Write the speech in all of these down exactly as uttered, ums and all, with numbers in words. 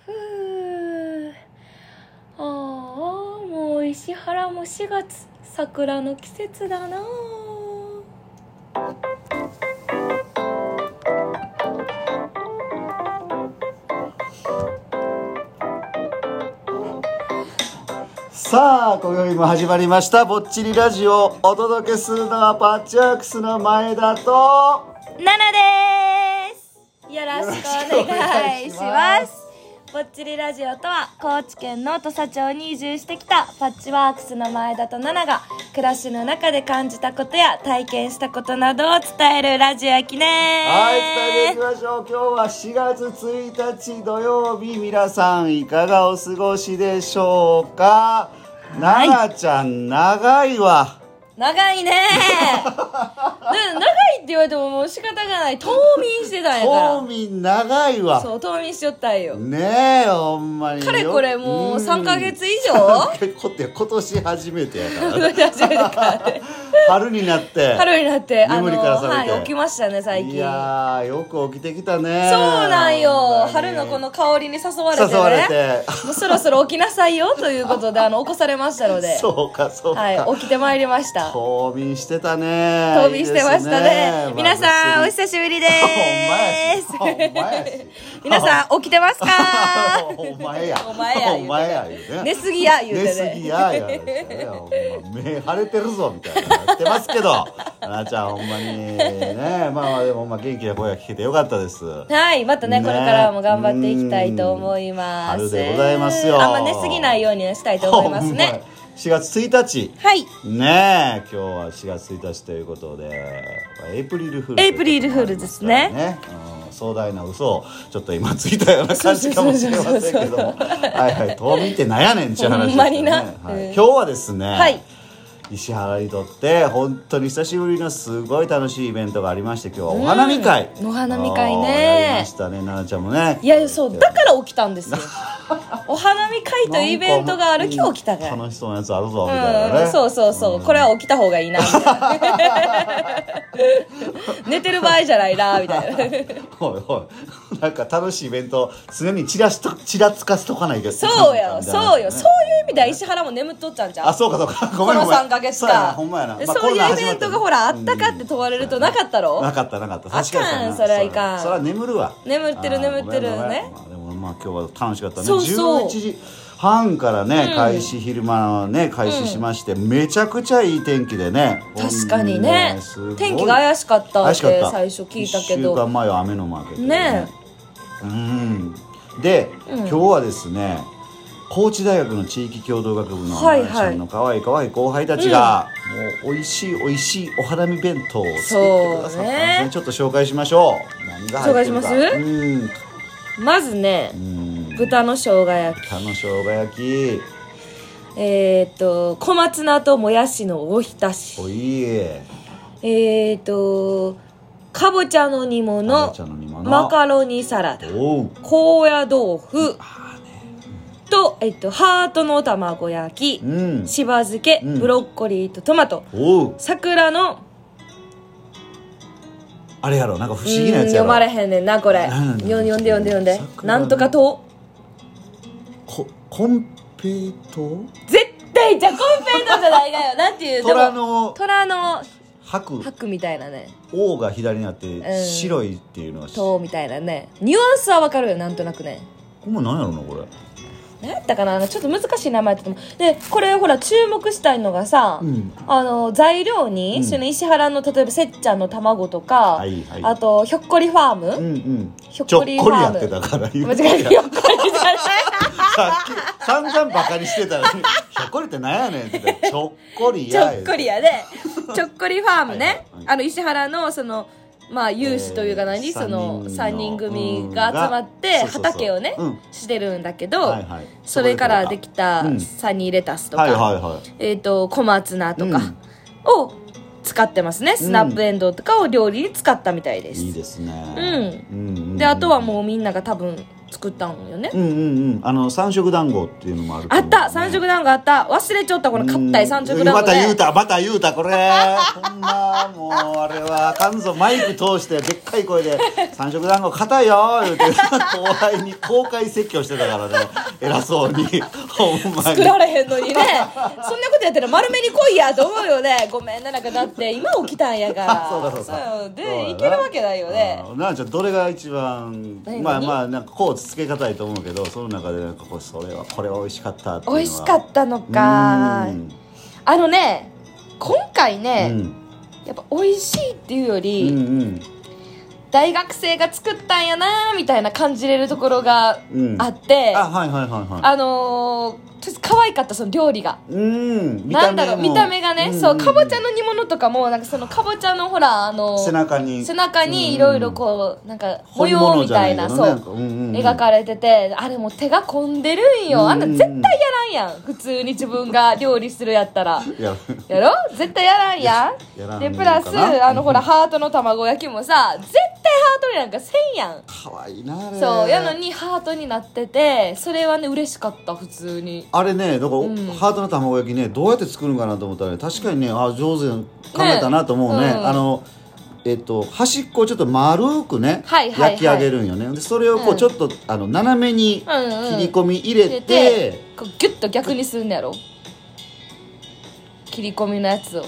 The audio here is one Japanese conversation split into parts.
ふう、ああもう石原もしがつ、桜の季節だな。 さあ今宵も始まりましたぼっちりラジオ。お届けするのはパッチワークスの前田とナナです。よろしくお願いします。ぼっちりラジオとは高知県の土佐町に移住してきたパッチワークスの前田とナナが暮らしの中で感じたことや体験したことなどを伝えるラジオやきね。 はい、伝えていきましょう。今日はしがつついたち土曜日、皆さんいかがお過ごしでしょうか。ナナちゃん長いわ。 長いね長いって言われてももう仕方がない。冬眠してたんやから。 冬眠長いわ。 そう、冬眠しよったんよねえ、ほんまにかれこれもうさんかげつ以上結構って今年初めてやから今年初めてか春になって春になって眠りから覚めて、 はい、起きましたね最近。 いやーよく起きてきたね。 そうなんよ、春のこの香りに誘われてね、 誘われてもうそろそろ起きなさいよということであの起こされましたのでそうかそうか、 はい、起きてまいりました。 冬眠してたね。 冬眠してましたね。 いい皆さんお久しぶりでーす。 ほんまやしほんまやし皆さん起きてますかお前やお前やお前や言うね。 寝すぎや言うてね。 寝すぎや言われてね、ほんま目腫れてるぞみたいなやってますけどななちゃんほんまにね、まあまあでもまあ元気な声が聞けてよかったです。 はいまた ね, ねこれからも頑張っていきたいと思います。 春でございますよ。 あんま寝すぎないようにしたいと思いますね。 しがつついたち、 はいねえ、今日はしがつついたちということでエイプリルフール、 エイプリルフールですね、 ね、うん、壮大な嘘をちょっと今ついたような感じかもしれませんけども、はいはい、冬眠ってなんやねんっていう話ですよね。 ほんまにな、 はい、 うん、 今日はですね、はい、石原にとって本当に久しぶりのすごい楽しいイベントがありまして、今日はお花見会、 うん、お花見会ねやりましたね。ななちゃんもね、 いやそうだから起きたんですよお花見会とイベントがある今日起きたから、 楽しそうなやつあるぞみたいなね、 うん、そうそうそう、うん、これは起きた方がいいなみたいな寝てる場合じゃないなみたいなおいおい、なんか楽しいイベント常にちらしとちらつかせとかないけど、 そうよそうよ、そういう意味では石原も眠っとっちゃうんちゃう。 あ、そうかそうか、ごめんごめん、 このさんかげつか、 ほんまやな、まあ、 そういうイベントがほらあったかって問われるとなかったろ、うん、 なかったなかった、 確かにあかん、それはいかん、 それは眠るわ、 眠ってる眠ってるね。 でもまあ今日は楽しかったね。 そうそう、 じゅういちじはんからね、うん、開始、昼間のね開始しまして、うん、めちゃくちゃいい天気でね。 確かにね、天気が怪しかったって最初聞いたけど、 いっしゅうかんまえは雨のマーケットでね, ねうんで、うん、今日はですね、高知大学の地域共同学部のはいはい、 ちゃんの可愛い可愛い後輩たちが、うん、もう美味しい美味しいお花見弁当を作ってくださったんですね。ね、ちょっと紹介しましょう。何が入ってるか。 紹介します、うん、まずね、うん、豚の生姜焼き、 豚の生姜焼き、 えっ、ー、と小松菜ともやしのおひたし、 おいえー、とかぼちゃの煮物、マカロニサラダ、高野豆腐と、えっと、ハートの卵焼き、うん、しば漬け、うん、ブロッコリーとトマト、桜のあれやろ、なんか不思議なやつやろ、 読まれへんねんなこれ、読んで読んで読んで読んで、なんとかとこコンペイト、 絶対じゃコンペイトじゃないがよなんていう虎の虎の白白みたいなね、 王が左にあって、うん、白いっていうのはとみたいなね、ニュアンスはわかるよなんとなくね。 これ何やろなこれ、 何やったかな、ちょっと難しい名前だったと思う。でこれほら注目したいのがさ、うん、あの材料に、うん、その石原の例えばせっちゃんの卵とか、はいはい、あとひょっこりファーム、うんうん、 ひょっこりファーム、ちょっこりやってたから言うてた、間違えた、ひょっこりじゃないさっき散々バカにしてたのにひょっこりって何やねんって言ったらちょっこりやちょっこりやでちょっこりファームね、はいはいはい、あの石原のそのまあ有志というか何、えー、そのさんにん組が集まって畑をね、うん、してるんだけど、はいはい、それからできたサニーレタスとか、うんはいはいはい、えーと小松菜とかを使ってますね、うん、スナップエンドウとかを料理に使ったみたいです。 いいですね、 うん、うん、であとはもうみんなが多分作ったんよね。 うんうんうん。あの三色団子っていうのもあるとあ思う、ね。 った三色団子あった。忘れちゃったこの硬い三色団子、ね。 また言うたまた言うたこれ。ほんまもうあれはあかんぞ。マイク通してでっかい声で三色団子硬いよ言うて後輩に公開説教してたからね。偉そうにほんまに作られへんのにね。そんなことやったら丸めに来いやと思うよね。ごめんな、なんかだって今起きたんやからそうだそうだそうでいけるわけないよね。 なあちゃんどれが一番何まあまあなんかこうつけ方いと思うけど、その中でなんかこうそれはこれは美味しかったっていうのは美味しかったのか。あのね今回ね、うん、やっぱ美味しいっていうより、うんうん、大学生が作ったんやなみたいな感じれるところがあって、うん、あはいはいはいはいあのー可愛かったその料理が、うん、なんだろう見た目がね、うんうん、そうかぼちゃの煮物とかもなんかそのかぼちゃのほらあの背中に背中にいろいろこう、うん、なんか模様みたいな、そう、うんうん、描かれてて、あれも手が込んでるんよ、うんうん、あんな絶対やらんやん普通に自分が料理するやったらや, やろ絶対やらんやんやらんでプラスあのほらハートの卵焼きもさ絶対ハートになんかせんやん。 かわいいなあれ。 そうやのにハートになっててそれはね嬉しかった普通に。 あれねだから、うん、ハートの卵焼きねどうやって作るんかなと思ったら、ね、確かにねあ上手に考えたなと思うね、ね、うん、あのえっと端っこをちょっと丸くね、はいはいはい、焼き上げるんよね。でそれをこう、うん、ちょっとあの斜めに切り込み入れて、うんうん、入れてこうギュッと逆にするんやろ切り込みのやつを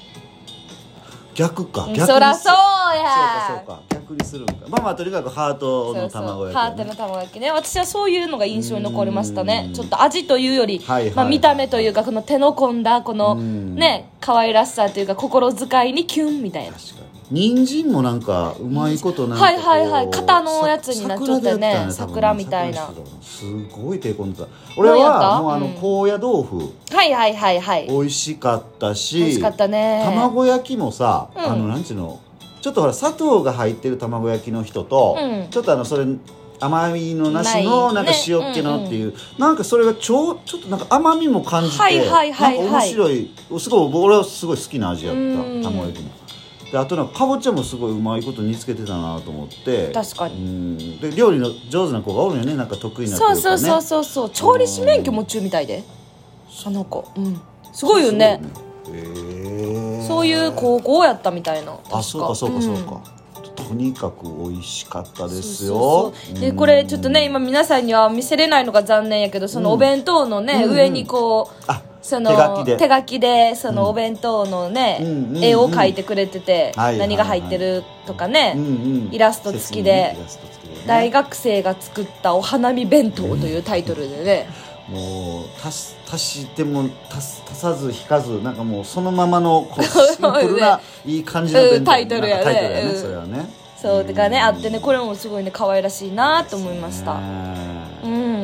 逆か、 逆にそらそうやそうかそうか逆にするんか。まあまあとにかくハートの卵焼き、ね、 ハートの卵焼きね。私はそういうのが印象に残りましたね。ちょっと味というより、はいはいはい、まあ、見た目というかこの手の込んだこのね可愛らしさというか心遣いにキュンみたいな。確かに人参もなんかうまいことなんかはいはいはい型のやつになっちゃってね桜みたいなすごい手込んでた。俺はもうあの高野豆腐、うん、 はいはいはいはい美味しかったし美味しかったね。 卵焼きもさ、うん、あのなんちゅうのちょっとほら砂糖が入ってる卵焼きの人と、うん、ちょっとあのそれ甘みのなしのなんか塩っ気のっていう、ねうんうん、なんかそれがちょちょっとなんか甘みも感じて、はいはいはいはい、なんか面白いすごい俺はすごい好きな味やった卵焼きも。であとなんかかぼちゃもすごいうまいこと煮つけてたなと思って。 確かに。 うんで料理の上手な子がおるよね、なんか得意な子とかね。 そうそうそうそう調理師免許持ちみたいであの子、うん、すごいよね。へえそういう高校やったみたいな。 あそうかそうかそうか、うん、とにかく美味しかったですよ。 そうそうそうでこれちょっとね今皆さんには見せれないのが残念やけどそのお弁当のね、うん、上にこう、うんうんその手書きで手書きでそのお弁当のね、うん、絵を描いてくれてて、うん、何が入ってるとかね、うんうん、イラスト付きで、ね、大学生が作ったお花見弁当というタイトルでね、 うん、もう足し、足しても足す足さず引かずなんかもうそのままのこうシンプルないい感じの弁当、 タイトルやね、 タイトルやね、それはねそうだからねあってねこれもすごいね可愛らしいなと思いました、うん、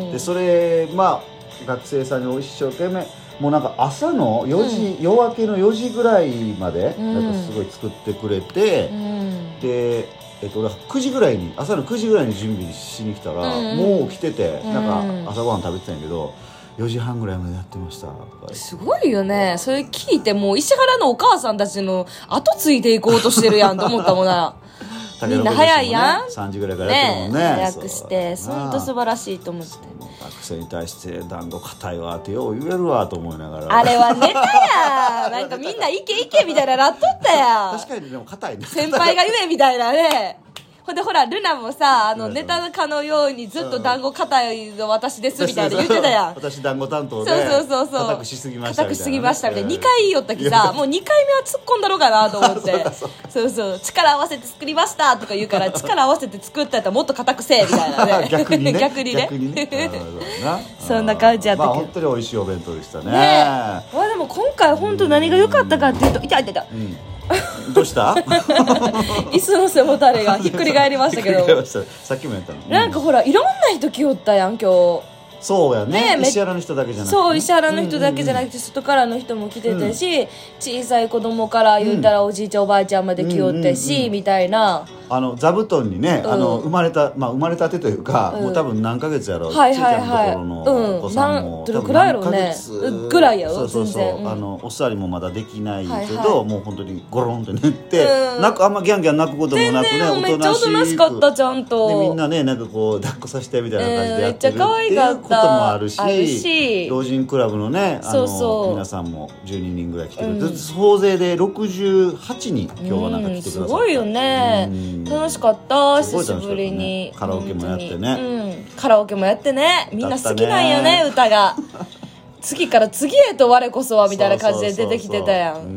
でそれまあ学生さんに一生懸命もうなんか朝のよじ、うん、夜明けのよじぐらいまでなんかすごい作ってくれて、うん、で、えっと、くじぐらいに朝のくじぐらいに準備しに来たら、うん、もう来てて、うん、なんか朝ごはん食べてたんやけどよじはんぐらいまでやってましたとかすごいよね。それ聞いてもう石原のお母さんたちの後ついていこうとしてるやんと思ったもんなみんな早いやんさんじぐらいからやってるもんね、ね早くして本当素晴らしいと思って学生に対して団子硬いわってよう言えるわと思いながらあれはネタやなんかみんないけいけみたいななっとったや確かにでも硬いね先輩が言えみたいなねほんでほらルナもさあのネタかのようにずっと団子硬いの私ですみたいな言ってたやん私団子担当でそうそうそうそう硬くしすぎましたみたいな、ね、 硬くしすぎましたみたいなにかい言いよったきさもうにかいめは突っ込んだろうかなと思ってそうそう力合わせて作りましたとか言うから力合わせて作ったやったらもっと硬くせえみたいなね逆にね逆にね逆にねそんな感じやったけど、 まあ、本当に美味しいお弁当でしたね。ねあでも今回本当何が良かったかっていうと痛い痛い痛い、うんどうした椅子の背もたれがひっくり返りましたけどさっきもやったの、うん、 なんかほらいろんな人来よったやん今日そうやねね石原の人だけじゃなくて、ね、 そう石原の人だけじゃなくて、うんうんうん、外からの人も来てたし、うん、小さい子供から言ったらおじいちゃん、うん、おばあちゃんまで来よってし、うんうんうん、みたいなあの座布団にね、 うん、 あの生まれた、まあ、生まれたてというか、うん、もう多分何ヶ月やろう、 はいはいはい、 ちいちゃんのところのお子さんも、 うん、どれくらいやろうねぐらいやよ。 そうそうそう、 全然、うん、 あのお座りもまだできないけど、 はいはい、 もう本当にゴロンって寝て、 うん、 泣くあんまギャンギャン泣くこともなくね、 全然めっちゃおとなしかったちゃんと、 でみんなねなんかこう抱っこさせてみたいな感じでやってるっていうこともあるし、 あるし老人クラブのねあのそうそう皆さんもじゅうににんぐらい来てくれて、 うん、 総勢でろくじゅうはちにん今日はなんか来てくださって、うん、 すごいよね、うん、楽しかった久しぶりに、 ね、カラオケもやってね、 うん、カラオケもやってね、みんな好きなんよね歌が次から次へと我こそはみたいな感じで出てきてたやん。 そうそうそう、うん、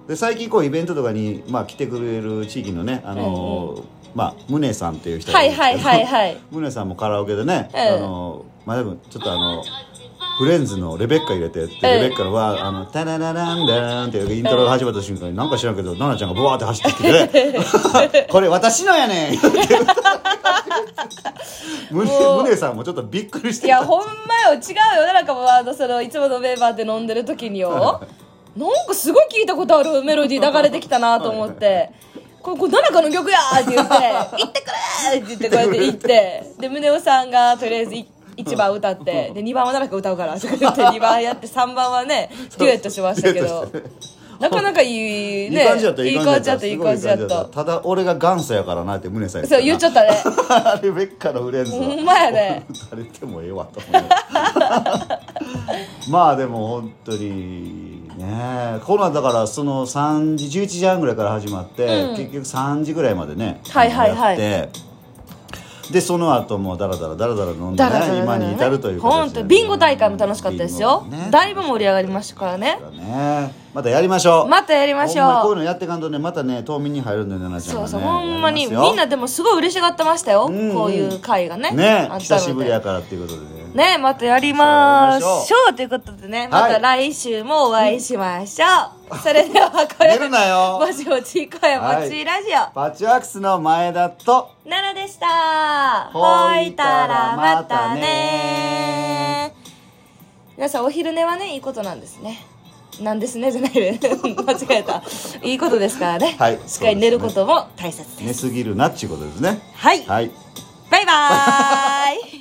で最近こうイベントとかに、まあ、来てくれる地域のねあのー、うんうん、まあ宗さんっていう人がいるんですけど、はいはいはいはい、宗さんもカラオケでね、うん、あのまあでもちょっとあのフレンズのレベッカ入れてって、レベッカのはあのタララランダーンってイントロが始まった瞬間になんか知らんけど奈々ちゃんがブワーって走ってきてねこれ私のやねん宗さんもちょっとびっくりしてた。 いやほんまよ、違うよ、なんかもうあのそのいつものメンバーで飲んでる時によなんかすごい聞いたことあるメロディー流れてきたなと思ってこれこれ奈々香の曲やって言って行ってくれって言ってこうやって行ってで宗男さんがとりあえずいちばん歌ってでにばんは奈々香歌うからとか言ってにばんやってさんばんはねデュエットしましたけどなかなかいいね、 いい感じだったいい感じだったいい感じだった。 ただ俺が元祖やからなって宗さんそう言っちゃったねレベッカのフレンズほんまやね打たれてもええわと思うまあでも本当にねこのだからそのさんじじゅういちじはんぐらいから始まって、うん、結局さんじぐらいまでねはいはいはいやってでその後もダラダラダラダラ飲んでね今に至るという形で、ね、 本当ビンゴ大会も楽しかったですよ、ね、だいぶ盛り上がりましたからね。 ねまたやりましょうまたやりましょう。 こういうのやっていかんとねまたね冬眠に入るんだよね奈々ちゃんがね。 そうそうほんまにみんなでもすごい嬉しがってましたよ、うんうん、こういう会がねね久しぶりやからっていうことでねねまたやりましょうということでねまた来週もお会いしましょう、はい、それではこれ寝るなよもしもち声もちラジオ、はい、 パッチワークスの前田と奈々でした。ほいたらまたね。皆さんお昼寝はねいいことなんですね。なんですねじゃないで間違えたいいことですからね、はい、しっかり寝ることも大切です。 寝すぎるなっちゅうことですね。 はい、はい、バイバーイ